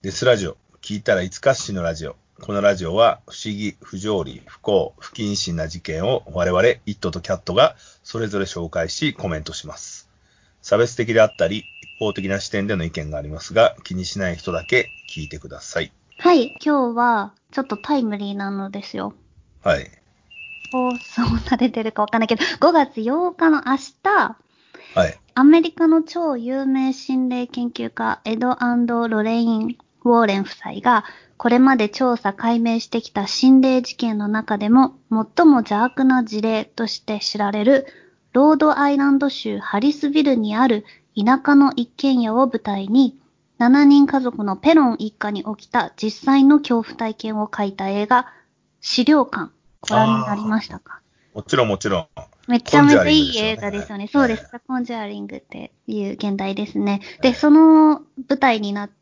デスラジオ、聞いたらいつかしのラジオ。このラジオは不思議、不条理、不幸、不謹慎な事件を我々、イットとキャットがそれぞれ紹介しコメントします。差別的であったり、一方的な視点での意見がありますが、気にしない人だけ聞いてください。 はい、今日はちょっとタイムリーなのですよ。 はい。 放送されてるかわかんないけど、5月8日の明日、 はい。 アメリカの超有名心霊研究家、エド&ロレイン・ウォーレン夫妻が、これまで調査解明してきた心霊事件の中でも、最も邪悪な事例として知られる、ロードアイランド州ハリスビルにある田舎の一軒家を舞台に、7人家族のペロン一家に起きた実際の恐怖体験を描いた映画、資料館、ご覧になりましたか？ もちろんもちろん。 めちゃめちゃいい映画ですよね。そうです。コンジャーリングっていう現代ですね。で、その舞台になった、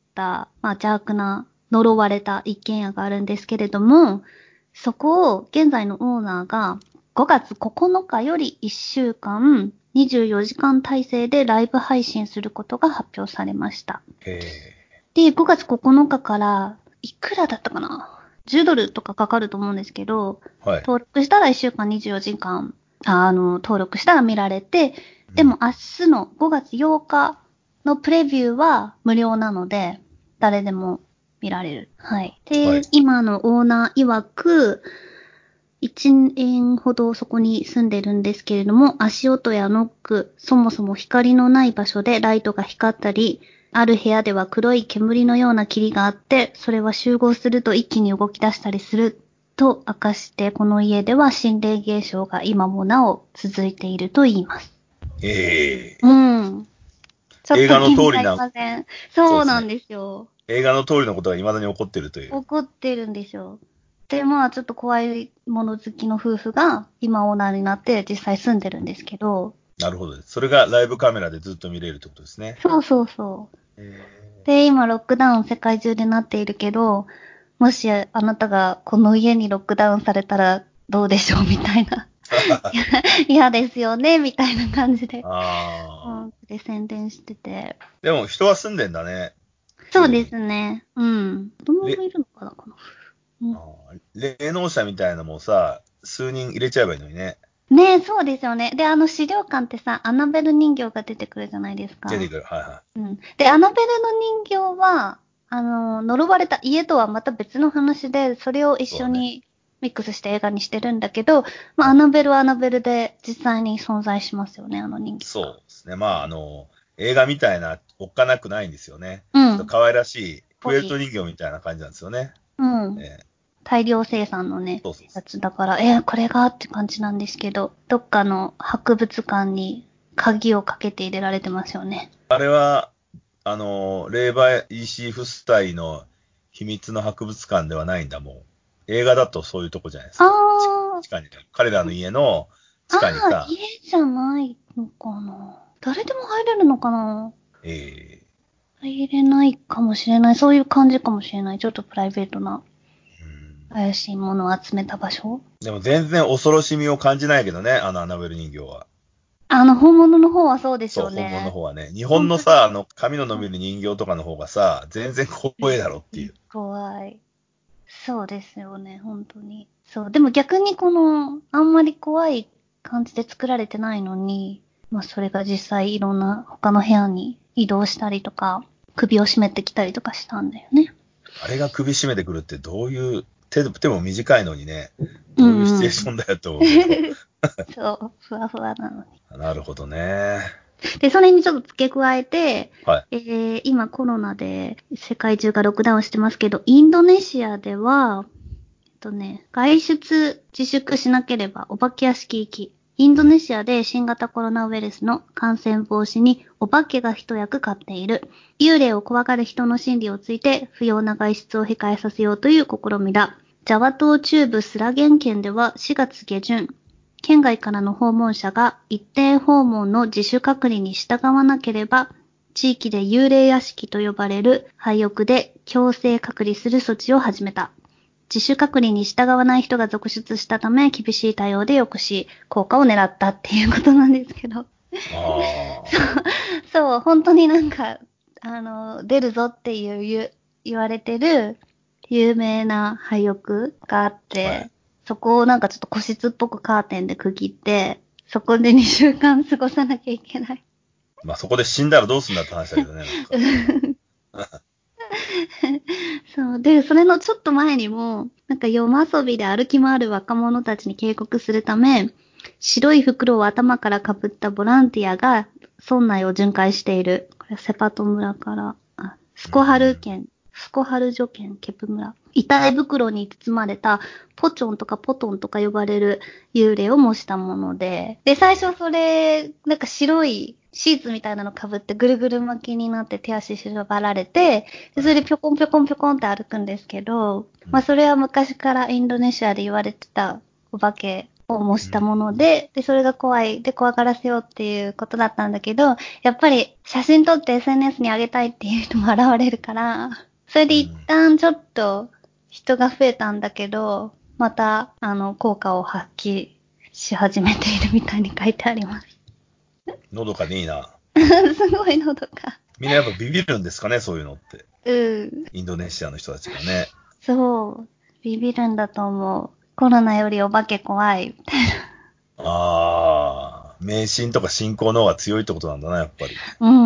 邪悪な呪われた一軒家があるんですけれども、そこを現在のオーナーが5月9日より1週間24時間体制でライブ配信することが発表されました。で、5月9日からいくらだったかな？10ドルとかかかると思うんですけど、 はい、 登録したら1週間24時間登録したら見られて、でも明日の5月8日のプレビューは無料なので、誰でも見られる。はい。で、はい、今のオーナー曰く、1年ほどそこに住んでるんですけれども、足音やノック、そもそも光のない場所でライトが光ったり、ある部屋では黒い煙のような霧があって、それは集合すると一気に動き出したりすると明かして、この家では心霊現象が今もなお続いていると言います。うん。 映画の通りな。 そうなんですよ。 映画の通りのことが未だに起こってるという。 起こってるんですよ。で、ちょっと怖いもの好きの夫婦が今オーナーになって実際住んでるんですけど。 なるほど。それがライブカメラでずっと見れるってことですね。 そうそうそう。で、今ロックダウン世界中でなっているけど、もしあなたがこの家にロックダウンされたらどうでしょうみたいな。嫌ですよねみたいな感じで。で宣伝してて。 でも人は住んでんだね。 そうですね。うん。子供もいるのかなこの霊能者みたいなのもさ、数人入れちゃえばいいのにね。 ねえ、そうですよね。で、資料館ってさ、アナベル人形が出てくるじゃないですか。 出てくる、はいはい。 うん。で、アナベルの人形は、呪われた家とはまた別の話で、それを一緒にミックスして映画にしてるんだけど、アナベルはアナベルで実際に存在しますよね、あの人形。 そうですね。映画みたいな、おっかなくないんですよね。 うん。 ちょっと可愛らしい、プエルト人形みたいな感じなんですよね。 うん。大量生産のね、やつだから、これがって感じなんですけど、どっかの博物館に鍵をかけて入れられてますよね。 あれは、レーバー・イーシー夫妻の秘密の博物館ではないんだ、もう。映画だとそういうとこじゃないですか。地下に。彼らの家の地下にさ。 家じゃないのかな。誰でも入れるのかな。入れないかもしれない。そういう感じかもしれない。ちょっとプライベートな。怪しいものを集めた場所。 でも全然恐ろしみを感じないけどね、アナベル人形は。 本物の方はそうでしょうね。 そう、本物の方はね。日本のさ、髪の伸びる人形とかの方がさ、全然怖いだろっていう。 怖い。そうですよね、本当に。そう。でも逆にあんまり怖い感じで作られてないのに、それが実際いろんな他の部屋に移動したりとか、首を絞めてきたりとかしたんだよね。 あれが首絞めてくるってどういう、手も短いのにね、どういうシチュエーションだよと思うけど。そう、ふわふわなのに。 なるほどね。 で、それにちょっと付け加えて、 はい。 今コロナで世界中がロックダウンしてますけど、インドネシアでは、外出自粛しなければお化け屋敷行き。インドネシアで新型コロナウイルスの感染防止にお化けが一役買っている。幽霊を怖がる人の心理をついて不要な外出を控えさせようという試みだ。ジャワ島中部スラゲン県では4月下旬、県外からの訪問者が一定訪問の自主隔離に従わなければ、地域で幽霊屋敷と呼ばれる廃屋で強制隔離する措置を始めた。自主隔離に従わない人が続出したため、厳しい対応で抑止効果を狙ったっていうことなんですけど。そう、本当に出るぞっていう言われてる有名な廃屋があって、 はい、 そこをなんかちょっと個室っぽくカーテンで区切って、そこで2週間過ごさなきゃいけない。 まあそこで死んだらどうすんだって話だけどね、なんか。 そう。で、それのちょっと前にも、なんか夜遊びで歩き回る若者たちに警告するため、白い袋を頭からかぶったボランティアが村内を巡回している。これセパト村から、スコハル除県ケプ村。遺体袋に包まれたポチョンとかポトンとか呼ばれる幽霊を模したもので、で、最初それ、なんか白いシーツみたいなの被ってぐるぐる巻きになって手足縛られて、でそれでぴょこんぴょこんぴょこんって歩くんですけど、まあそれは昔からインドネシアで言われてたお化けを模したもので、で、それが怖い、で、怖がらせようっていうことだったんだけど、やっぱり写真撮って SNS に上げたいっていう人も現れるから、それで一旦ちょっと人が増えたんだけど、また、効果を発揮し始めているみたいに書いてあります。 のどかでいいな。 すごいのどか。 みんなやっぱビビるんですかね、そういうのって。 うん。 インドネシアの人たちがね。 そう。ビビるんだと思う。コロナよりお化け怖い、みたいな。 ああ、迷信とか信仰の方が強いってことなんだな、やっぱり。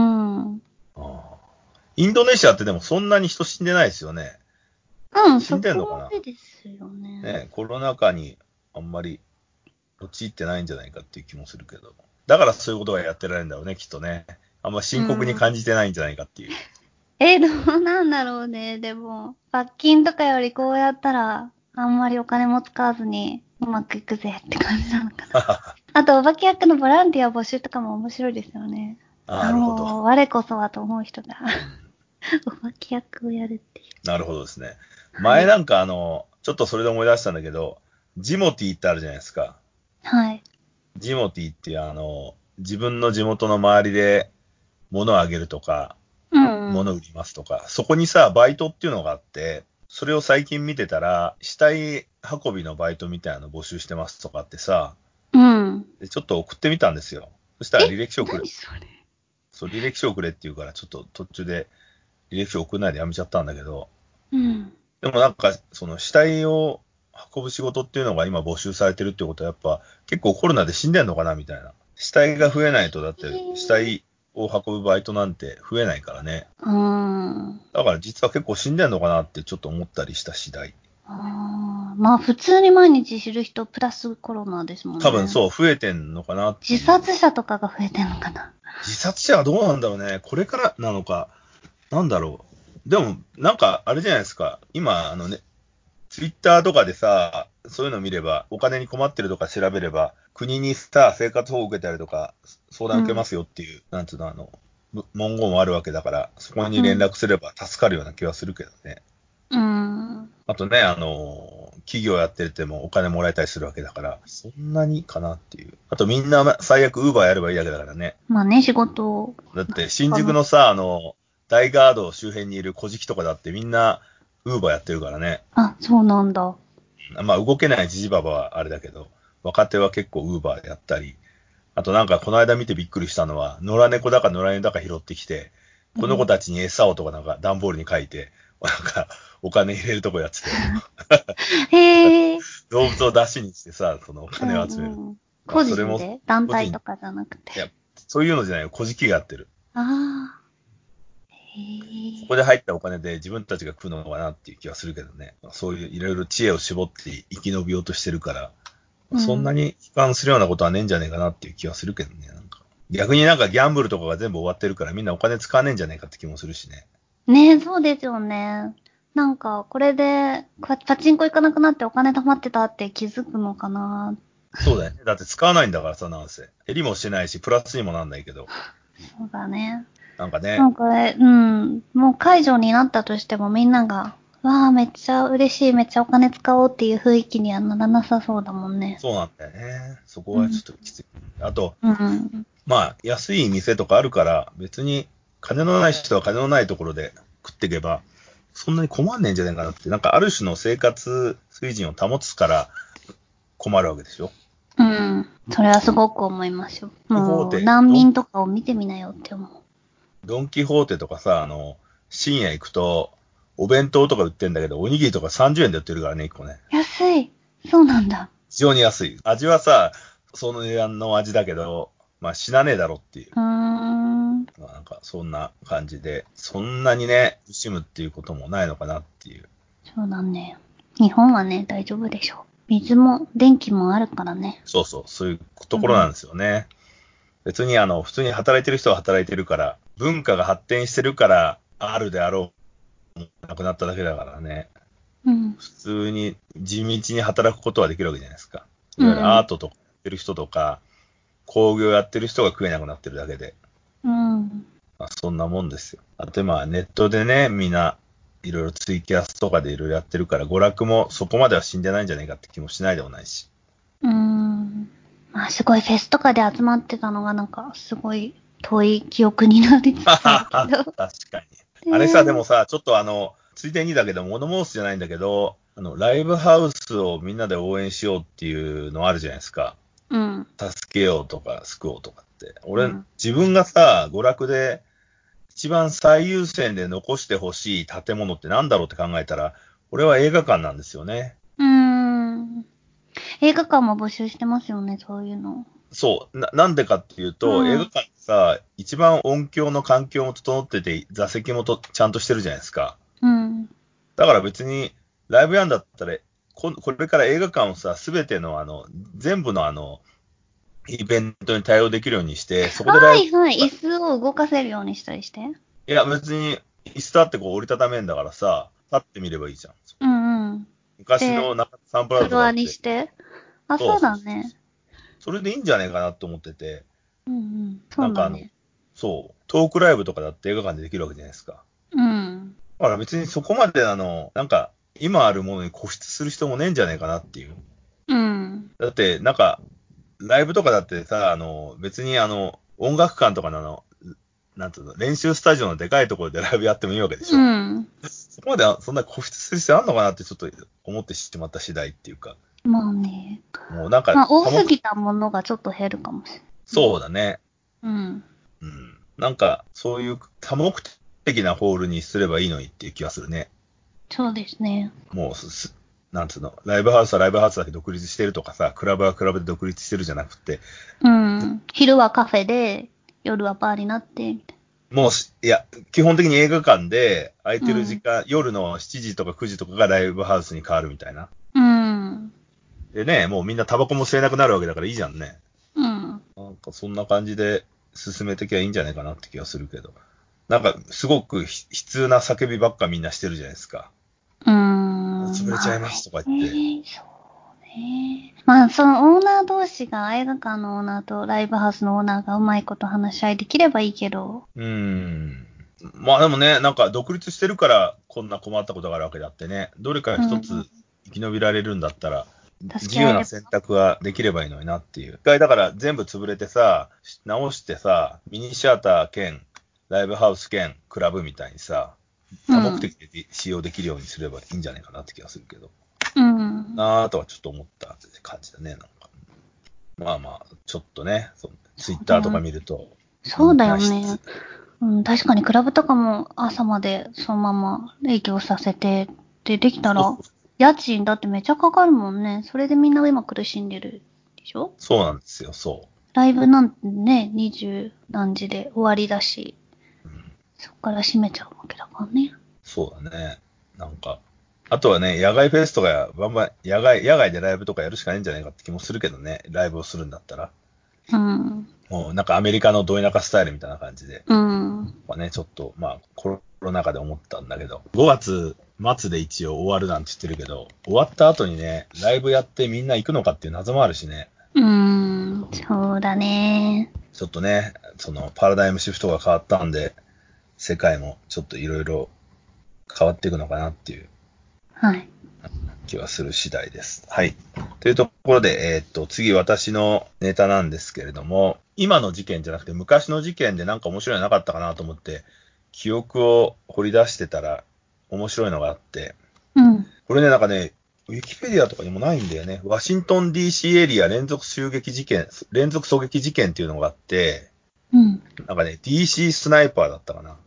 インドネシアってでもそんなに人死んでないですよね。死んでんのかな。 そこまでですよね。 ね、コロナ禍にあんまり陥ってないんじゃないかっていう気もするけど。だからそういうことがやってられるんだろうね、きっとね。あんま深刻に感じてないんじゃないかっていう。 どうなんだろうね。でも、罰金とかよりこうやったら、あんまりお金も使わずにうまくいくぜって感じなのかな。あと、お化け役のボランティア募集とかも面白いですよね。 なるほど。 我こそはと思う人が、お化け役をやるっていう。 なるほどですね。 はい。 前なんかちょっとそれで思い出したんだけど、ジモティーってあるじゃないですか。 はい。 ジモティーっていう自分の地元の周りで物をあげるとか、 うんうん。 物を売りますとか、そこにさ、バイトっていうのがあって、それを最近見てたら、死体運びのバイトみたいなの募集してますとかってさ、 うん。 でちょっと送ってみたんですよ。そしたら履歴書くれ。 何それ。 そう、履歴書くれって言うから、ちょっと途中で履歴書送んないでやめちゃったんだけど、 うん。 でもなんか、その死体を運ぶ仕事っていうのが今募集されてるってことはやっぱ結構コロナで死んでんのかなみたいな。死体が増えないとだって死体を運ぶバイトなんて増えないからね。だから実は結構死んでんのかなってちょっと思ったりした次第。 まあ普通に毎日知る人プラスコロナですもんね。 多分そう、増えてんのかなっていう。 自殺者とかが増えてんのかな。 自殺者はどうなんだろうね。これからなのか。なんだろう。でも、なんか、あれじゃないですか。今、ツイッターとかでさ、そういうの見れば、お金に困ってるとか調べれば、国にさ、生活保護受けたりとか、相談受けますよっていう、なんつうの、文言もあるわけだから、そこに連絡すれば助かるような気はするけどね。あとね、企業やっててもお金もらえたりするわけだから、そんなにかなっていう。あとみんな最悪ウーバーやればいいだけだからね。 まあね、仕事。 だって新宿のさ、大ガード周辺にいる小敷とかだってみんなウーバーやってるからね。 あ、そうなんだ。 まあ動けないジジババはあれだけど、若手は結構ウーバーやったり、あとなんかこの間見てびっくりしたのは、野良猫だか野良犬だか拾ってきて、この子たちに餌をとかなんか段ボールに書いて、なんかお金入れるとこやってたよ。 へえ。 動物を出しにしてさ、そのお金を集める。まあ個それも人で団個人、 体とかじゃなくて。 いや、そういうのじゃないよ。小敷がやってる。 ああ。へそこえ。 で入ったお金で自分たちが食うのかなっていう気はするけどね。そういういろいろ知恵を絞って生き延びようとしてるから、そんなに悲観するようなことはねえんじゃねえかなっていう気はするけどね。なんか逆になんかギャンブルとかが全部終わってるからみんなお金使わねえんじゃねえかって気もするしね。 ねえ、そうですよね。なんか、これで、パチンコ行かなくなってお金貯まってたって気づくのかな。 そうだよね。だって使わないんだからさ、なんせ。減りもしてないし、プラスにもなんないけど。 そうだね。 なんかね。 なんかもう解除になったとしてもみんなが、わあ、めっちゃ嬉しい、めっちゃお金使おうっていう雰囲気にはならなさそうだもんね。 そうなんだよね。そこはちょっときつい。あと、 うん。 まあ、安い店とかあるから、別に金のない人は金のないところで食っていけば、そんなに困んねえんじゃないかなって、なんかある種の生活水準を保つから困るわけでしょ。 うん。それはすごく思いますよ。もう、 ホーテ、 難民とかを見てみなよって思う。 ドンキホーテとかさ、深夜行くと、 お弁当とか売ってんだけど、おにぎりとか30円で売ってるからね、1個ね。 安い。そうなんだ。 非常に安い。味はさ、その値段の味だけど、まあ死なねえだろっていう。まあなんかそんな感じで、そんなにね、苦しむっていうこともないのかなっていう。 そうだね。日本はね、大丈夫でしょう。水も電気もあるからね。 そうそう、そういうところなんですよね。別に普通に働いてる人は働いてるから、文化が発展してるからあるであろう、なくなっただけだからね。 うん。 普通に地道に働くことはできるわけじゃないですか。いうんわゆるアートとかやってる人とか、工業やってる人が食えなくなってるだけで。 うん。 まあ、そんなもんですよ。あとまあネットでね、みんないろいろツイキャスとかでいろいろやってるから、娯楽もそこまでは死んでないんじゃないかって気もしないでもないし。 まあ、すごいフェスとかで集まってたのがなんか、すごい遠い記憶になりつつあるけど。 確かに。あれさ、でもさ、ちょっとついでにだけど、物申すじゃないんだけど、ライブハウスをみんなで応援しようっていうのあるじゃないですか。 うん。 助けようとか救おうとかって。俺、 うん自分がさ、娯楽で一番最優先で残してほしい建物ってなんだろうって考えたら、俺は映画館なんですよね。 映画館も募集してますよね、そういうの。 そう。なんでかっていうと、映画館ってさ、一番音響の環境も整ってて、座席もちゃんとしてるじゃないですか。 うん。 だから別に、ライブやんだったら、これから映画館をさ、すべての全部のイベントに対応できるようにして、そこでライブ、 はいはい、椅子を動かせるようにしたりして。 いや別に、椅子だってこう折りたためんだからさ、立ってみればいいじゃん。 うんうん。 昔で、 の中田サンプラザフロアとかって、 にして。あ、そうそうそうそう。 だね。 それでいいんじゃないかなと思ってて、 うんうん。そなんかうだね。 そう、トークライブとかだって映画館でできるわけじゃないですか。 うん。 だから別にそこまでなんか、今あるものに固執する人もねえんじゃないかなっていう。 うん。 だって、なんか、ライブとかだってさ、別に音楽館とかのなんていうの、練習スタジオのでかいところでライブやってもいいわけでしうょ。 ん。 そこまでそんな固執する必要あんのかなってちょっと思ってしまった次第っていうか。 まあね。 もうなんか、 まあ、多すぎたものがちょっと減るかもしれない。 そうだね。 うん。 うん。なんか、そういう多目的なホールにすればいいのにっていう気がするね。 そうですね。 もうなんつうの、ライブハウスはライブハウスだけ独立してるとかさ、クラブはクラブで独立してるじゃなくて、 うん。昼はカフェで、夜はバーになって、みたいもういや、基本的に映画館で空いてる時な。 間、夜の7時とか9時とかがライブハウスに変わるみたいな。 うん。 でね、もうみんなタバコも吸えなくなるわけだからいいじゃんね。 うん。 なんかそんな感じで進めてきゃいいんじゃないかなって気がするけど。なんかすごく悲痛な叫びばっかみんなしてるじゃないですか。潰れちゃいますとか言って。 そうね。まあ、そのオーナー同士が、映画館のオーナーとライブハウスのオーナーがうまいこと話し合いできればいいけど。 まあでもね、なんか独立してるからこんな困ったことがあるわけであってね、どれか一つ生き延びられるんだったら、自由な選択ができればいいのになっていう。一回だから全部潰れてさ、直してさ、ミニシアター兼、ライブハウス兼、クラブみたいにさ、多目的で使用できるようにすればいいんじゃないかなって気がするけど。なぁとはちょっと思った感じだね、なんか。まあまあ、ちょっとね、ツイッターとか見ると。 そうだよね。確かにクラブとかも朝までそのまま営業させて、できたら、家賃だってめちゃかかるもんね。それでみんな今苦しんでるでしょ？ そうなんですよ、そう。 ライブなんてね、20何時で終わりだし、そっから閉めちゃうわけだからね。 そうだね。なんか、あとはね、野外フェスとかバンバン野外でライブとかやるしかないんじゃないかって気もするけどね、ライブをするんだったら。もうなんかアメリカのど田舎スタイルみたいな感じで。まあね、ちょっと、まあコロナ禍で思ったんだけど、5月末で一応終わるなんて言ってるけど、終わった後にね、ライブやってみんな行くのかっていう謎もあるしね。 そうだね。 ちょっとね、そのパラダイムシフトが変わったんで、世界もちょっといろいろ変わっていくのかなっていう気はする次第です。はい。というところで、次私のネタなんですけれども、今の事件じゃなくて昔の事件でなんか面白いのなかったかなと思って、記憶を掘り出してたら面白いのがあって、これね、なんかね、ウィキペディアとかにもないんだよね。ワシントン DC エリア連続狙撃事件、連続狙撃事件っていうのがあって、なんかね、DC スナイパーだったかな。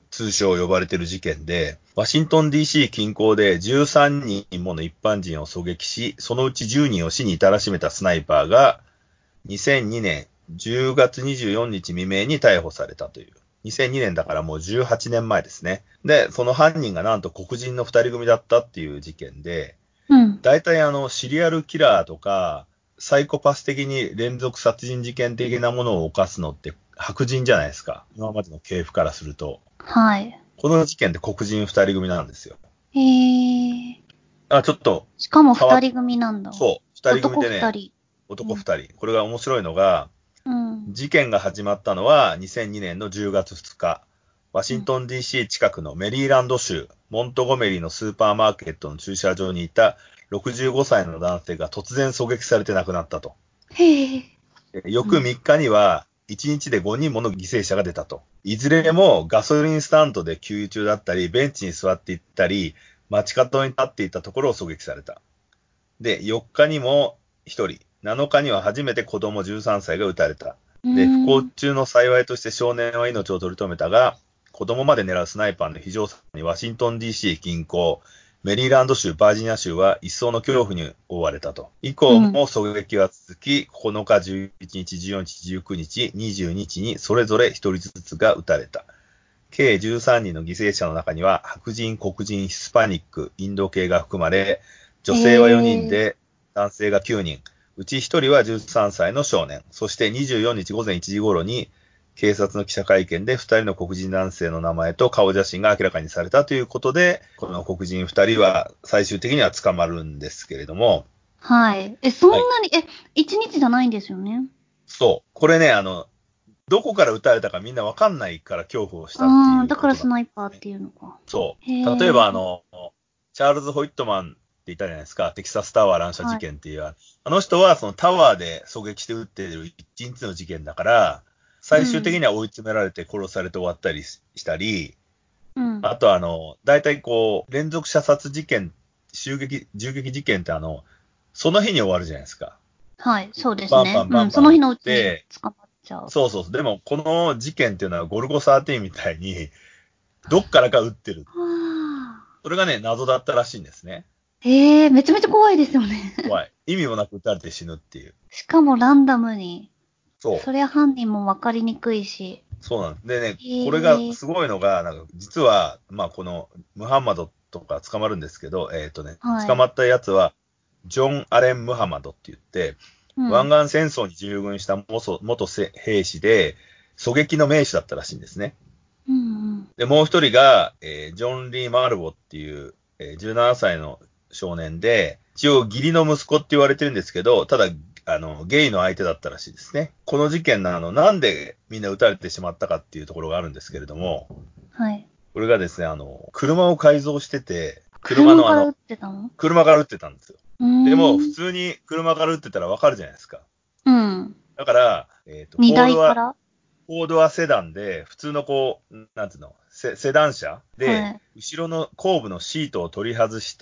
通称呼ばれている事件で、ワシントン DC 近郊で13人もの一般人を狙撃し、そのうち10人を死に至らしめたスナイパーが、2002年10月24日未明に逮捕されたという。2002年だからもう18年前ですね。で、その犯人がなんと黒人の2人組だったっていう事件で、大体シリアルキラーとか、サイコパス的に連続殺人事件的なものを犯すのって白人じゃないですか。今までの系譜からすると。 はい。 この事件で黒人2人組なんですよ。 へえ。 ちょっと。 しかも2人組なんだ。 そう。2人組でね。 男2人。 男2人。これが面白いのが、事件が始まったのは2002年の10月2日。ワシントン DC 近くのメリーランド州モントゴメリーのスーパーマーケットの駐車場にいた65歳の男性が突然狙撃されて亡くなったと。 へえ。 翌3日には1日で5人もの犠牲者が出たと。いずれもガソリンスタンドで給油中だったり、ベンチに座っていったり、街角に立っていたところを狙撃された。で、4日にも1人、7日には初めて子供13歳が撃たれた。で、不幸中の幸いとして少年は命を取り留めたが、子供まで狙うスナイパーの非常殺にワシントン DC 近郊、メリーランド州、バージニア州は一層の恐怖に覆われたと。以降も狙撃は続き、9日、11日、14日、19日、22日にそれぞれ1人ずつが撃たれた。計13人の犠牲者の中には白人、黒人、ヒスパニック、インド系が含まれ、女性は4人で男性が9人、うち1人は13歳の少年、そして24日午前1時頃に警察の記者会見で2人の黒人男性の名前と顔写真が明らかにされたということで、この黒人2人は最終的には捕まるんですけれども。 はい。そんなに、1日じゃないんですよね。 そう。これね、どこから撃たれたかみんなわかんないから恐怖をしたっていうこと、 だからスナイパーっていうのか。 そう。例えばチャールズ・ホイットマンっていたじゃないですか。テキサスタワー乱射事件っていう。はい、あの人はそのタワーで狙撃して撃っている一日の事件だから、最終的には追い詰められて殺されて終わったりしたり、あと大体連続射殺事件、銃撃事件ってその日に終わるじゃないですか。 はい、そうですね。 バンその日のうちに捕まっちゃう。 そう。でも、この事件っていうのはゴルゴ13みたいに、どっからか撃ってる。それがね、謎だったらしいんですね。 めちゃめちゃ怖いですよね。 怖い。意味もなく撃たれて死ぬっていう。 しかもランダムに。 そう。 そりゃ犯人も分かりにくいし。 そうなんです。でね、これがすごいのが、実は、このムハンマドとか捕まるんですけど、はい、捕まったやつは、ジョン・アレン・ムハマドって言って、湾岸戦争に従軍した元兵士で、狙撃の名手だったらしいんですね。で、もう一人が、ジョン・リー・マルボっていう、17歳の少年で、一応義理の息子って言われてるんですけど、ただ、ゲイの相手だったらしいですね。この事件のなんでみんな撃たれてしまったかっていうところがあるんですけれども、 はい。 これがですね、車を改造してて、 車から撃ってたの？ 車から撃ってたんですよ。でも、普通に車から撃ってたらわかるじゃないですか。だから、 荷台からフォードはセダンで、普通のなんていうの、セダン車で、はい、後ろの後部のシートを取り外して、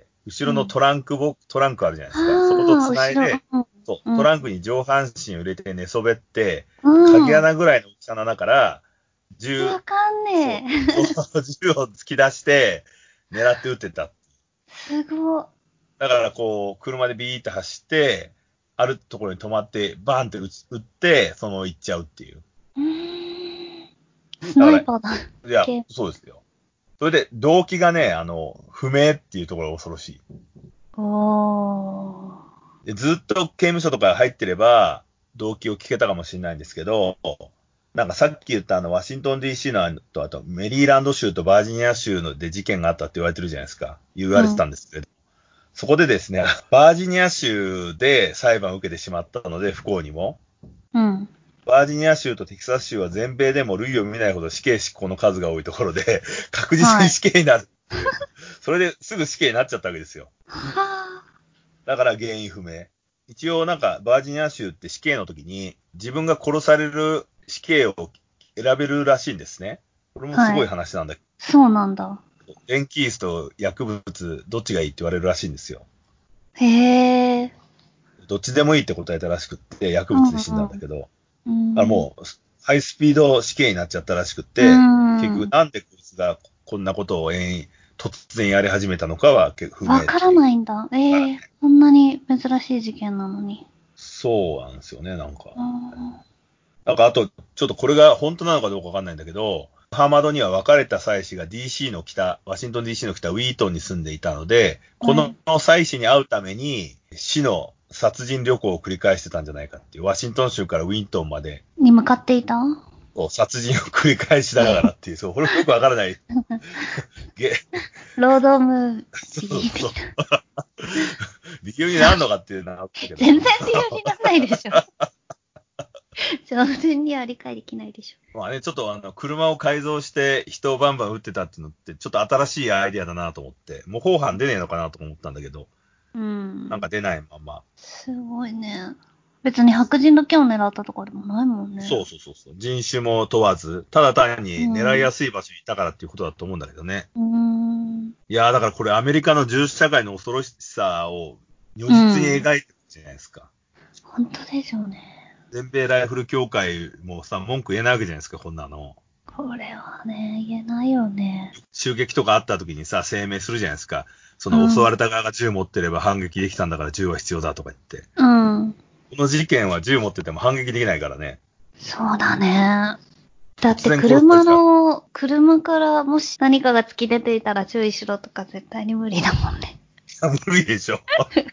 後ろのトランクあるじゃないですか。そこと繋いで、トランクに上半身を入れて寝そべって、鍵穴ぐらいの大きさの中から、 わかんねえ。 銃を突き出して、狙って撃ってた。 すごい。 だから車でビーって走って、あるところに止まって、バーンって撃って、そのまま行っちゃうっていう。 スナイパーだ。 いや、そうですよ。それで、動機がね、不明っていうところが恐ろしい。でずっと刑務所とか入ってれば、動機を聞けたかもしれないんですけど、なんかさっき言ったワシントン DC のあとメリーランド州とバージニア州で事件があったって言われてるじゃないですか。言われてたんですけど。そこでですね、バージニア州で裁判を受けてしまったので、不幸にも。バージニア州とテキサス州は全米でも類を見ないほど死刑執行の数が多いところで、確実に死刑になる。それですぐ死刑になっちゃったわけですよ。だから原因不明。一応バージニア州って死刑の時に自分が殺される死刑を選べるらしいんですね。これもすごい話なんだけど。 そうなんだ。 電気椅子と薬物どっちがいいって言われるらしいんですよ。 へー。 どっちでもいいって答えたらしくって薬物で死んだんだけど。もうハイスピード死刑になっちゃったらしくて、結局なんでこいつがこんなことを突然やり始めたのかは不明。 わからないんだ。こんなに珍しい事件なのに。 そうなんですよね、なんか。なんかあと、ちょっとこれが本当なのかどうかわかんないんだけど、ハーマドには別れた妻子がワシントン DC の北ウィートンに住んでいたので、この妻子に会うために死の殺人旅行を繰り返してたんじゃないかっていう、ワシントン州からウィートンまで。 に向かっていた殺人を繰り返しながらっていう、これもよくわからない。 ロードムービー的な。 ビキューになるのかっていうのは全然ビキューにならないでしょ。上手には理解できないでしょ。 まあね、ちょっと車を改造して人をバンバン撃ってたっていうのって、ちょっと新しいアイディアだなと思って、模倣犯出ねえのかなと思ったんだけど、なんか出ないまま。 すごいね。別に白人だけを狙ったとかでもないもんね。 そう。人種も問わず、ただ単に狙いやすい場所にいたからっていうことだと思うんだけどね。いやー、だからこれアメリカの銃社会の恐ろしさを如実に描いてるじゃないですか。 本当ですよね。 全米ライフル協会もさ、文句言えないわけじゃないですか、こんなの。 これはね、言えないよね。 襲撃とかあった時にさ、声明するじゃないですか。その襲われた側が銃持ってれば反撃できたんだから銃は必要だとか言って。この事件は銃持ってても反撃できないからね。 そうだね。だって車からもし何かが突き出ていたら注意しろとか絶対に無理だもんね。 無理でしょ。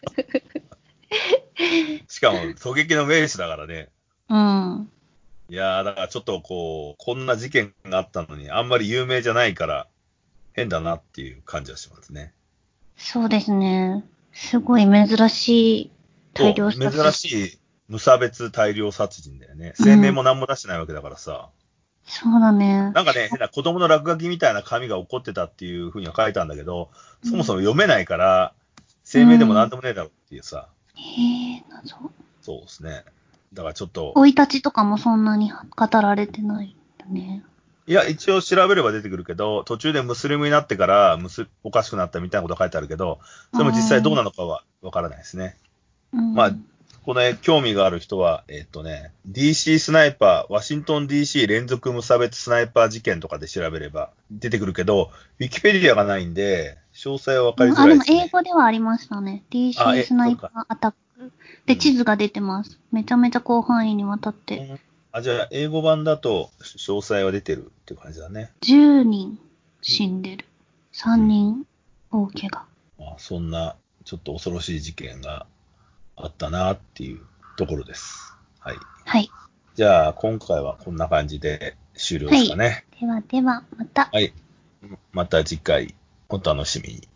しかも狙撃の名手だからね。いやー、だからちょっとこんな事件があったのにあんまり有名じゃないから変だなっていう感じはしますね。 そうですね。すごい珍しい大量殺人。 珍しい無差別大量殺人だよね。声明も何も出してないわけだからさ。 そうだね。 なんかね、変な子供の落書きみたいな紙が起こってたっていうふうには書いたんだけど、そもそも読めないから、声明でも何でもねえだろっていうさ。 謎。 そうですね。だからちょっと。 生い立ちとかもそんなに語られてないんだね。 いや、一応調べれば出てくるけど、途中でムスリムになってからおかしくなったみたいなこと書いてあるけど、それも実際どうなのかはわからないですね。まあ、この興味がある人は、DC スナイパー、ワシントン DC 連続無差別スナイパー事件とかで調べれば出てくるけど、ウィキペディアがないんで、詳細はわかりづらいですね。 でも英語ではありましたね。DC スナイパーアタック。で、地図が出てます。めちゃめちゃ広範囲にわたって。 じゃあ、英語版だと詳細は出てるっていう感じだね。 10人死んでる。3人大怪我。 そんな、ちょっと恐ろしい事件があったなっていうところです。はい。 はい。 じゃあ、今回はこんな感じで終了ですかね。 はい。ではでは、また。 はい。また次回、お楽しみに。